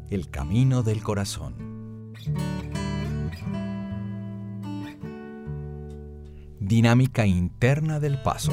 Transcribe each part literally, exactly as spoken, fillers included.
El camino del corazón. Dinámica interna del paso.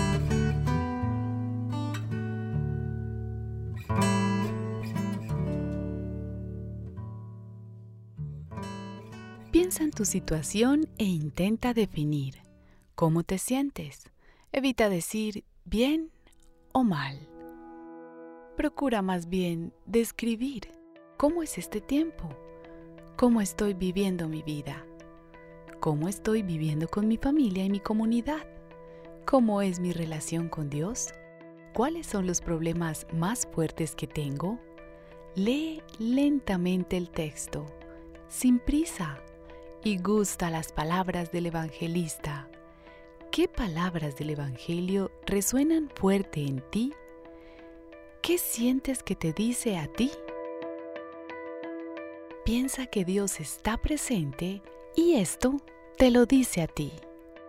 Piensa en tu situación e intenta definir cómo te sientes. Evita decir bien o mal. Procura más bien describir cómo es este tiempo, cómo estoy viviendo mi vida, cómo estoy viviendo con mi familia y mi comunidad, cómo es mi relación con Dios, cuáles son los problemas más fuertes que tengo. Lee lentamente el texto, sin prisa, y gusta las palabras del evangelista. ¿Qué palabras del evangelio resuenan fuerte en ti? ¿Qué sientes que te dice a ti? Piensa que Dios está presente y esto te lo dice a ti.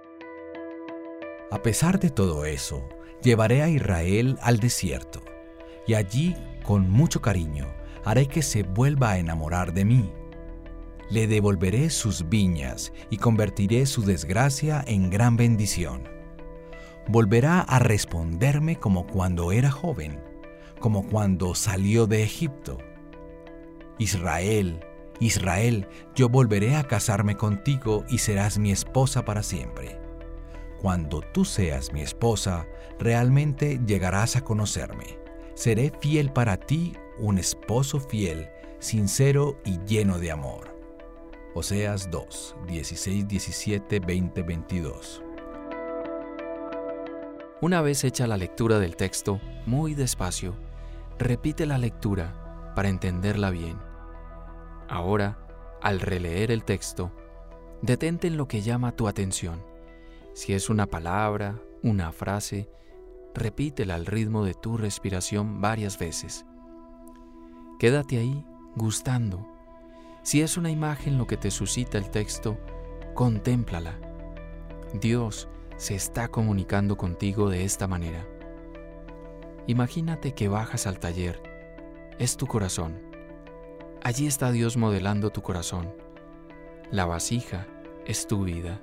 A pesar de todo eso, llevaré a Israel al desierto, y allí, con mucho cariño, haré que se vuelva a enamorar de mí. Le devolveré sus viñas y convertiré su desgracia en gran bendición. Volverá a responderme como cuando era joven, como cuando salió de Egipto. Israel, Israel, yo volveré a casarme contigo y serás mi esposa para siempre. Cuando tú seas mi esposa, realmente llegarás a conocerme. Seré fiel para ti, un esposo fiel, sincero y lleno de amor. Oseas dos, dieciséis, diecisiete, veinte, veintidós. Una vez hecha la lectura del texto, muy despacio, repite la lectura para entenderla bien. Ahora, al releer el texto, detente en lo que llama tu atención. Si es una palabra, una frase, repítela al ritmo de tu respiración varias veces. Quédate ahí gustando. Si es una imagen lo que te suscita el texto, contémplala. Dios se está comunicando contigo de esta manera. Imagínate que bajas al taller. Es tu corazón. Allí está Dios modelando tu corazón. La vasija es tu vida.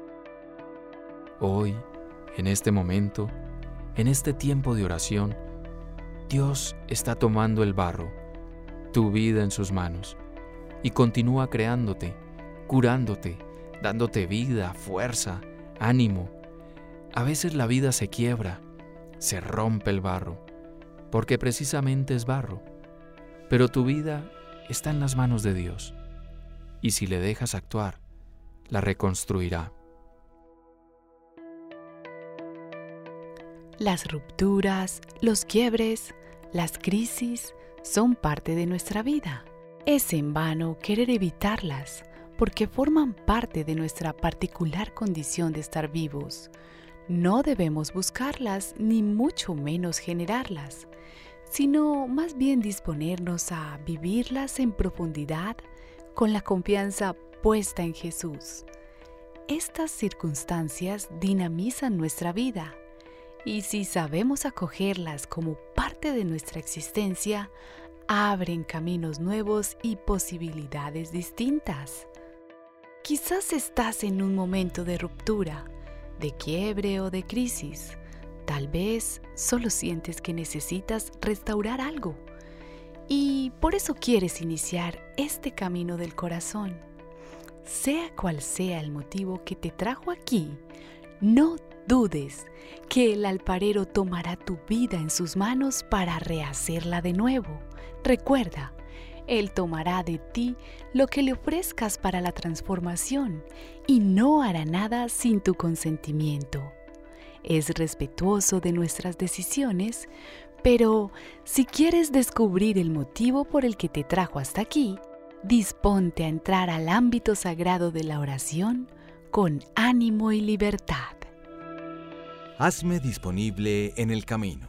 Hoy, en este momento, en este tiempo de oración, Dios está tomando el barro, tu vida en sus manos, y continúa creándote, curándote, dándote vida, fuerza, ánimo. A veces la vida se quiebra, se rompe el barro, porque precisamente es barro. Pero tu vida está en las manos de Dios, y si le dejas actuar, la reconstruirá. Las rupturas, los quiebres, las crisis son parte de nuestra vida. Es en vano querer evitarlas, porque forman parte de nuestra particular condición de estar vivos. No debemos buscarlas, ni mucho menos generarlas, sino más bien disponernos a vivirlas en profundidad con la confianza puesta en Jesús. Estas circunstancias dinamizan nuestra vida, y si sabemos acogerlas como parte de nuestra existencia, abren caminos nuevos y posibilidades distintas. Quizás estás en un momento de ruptura, de quiebre o de crisis. Tal vez solo sientes que necesitas restaurar algo y por eso quieres iniciar este camino del corazón. Sea cual sea el motivo que te trajo aquí, no dudes que el alfarero tomará tu vida en sus manos para rehacerla de nuevo. Recuerda, Él tomará de ti lo que le ofrezcas para la transformación y no hará nada sin tu consentimiento. Es respetuoso de nuestras decisiones, pero si quieres descubrir el motivo por el que te trajo hasta aquí, disponte a entrar al ámbito sagrado de la oración con ánimo y libertad. Hazme disponible en el camino.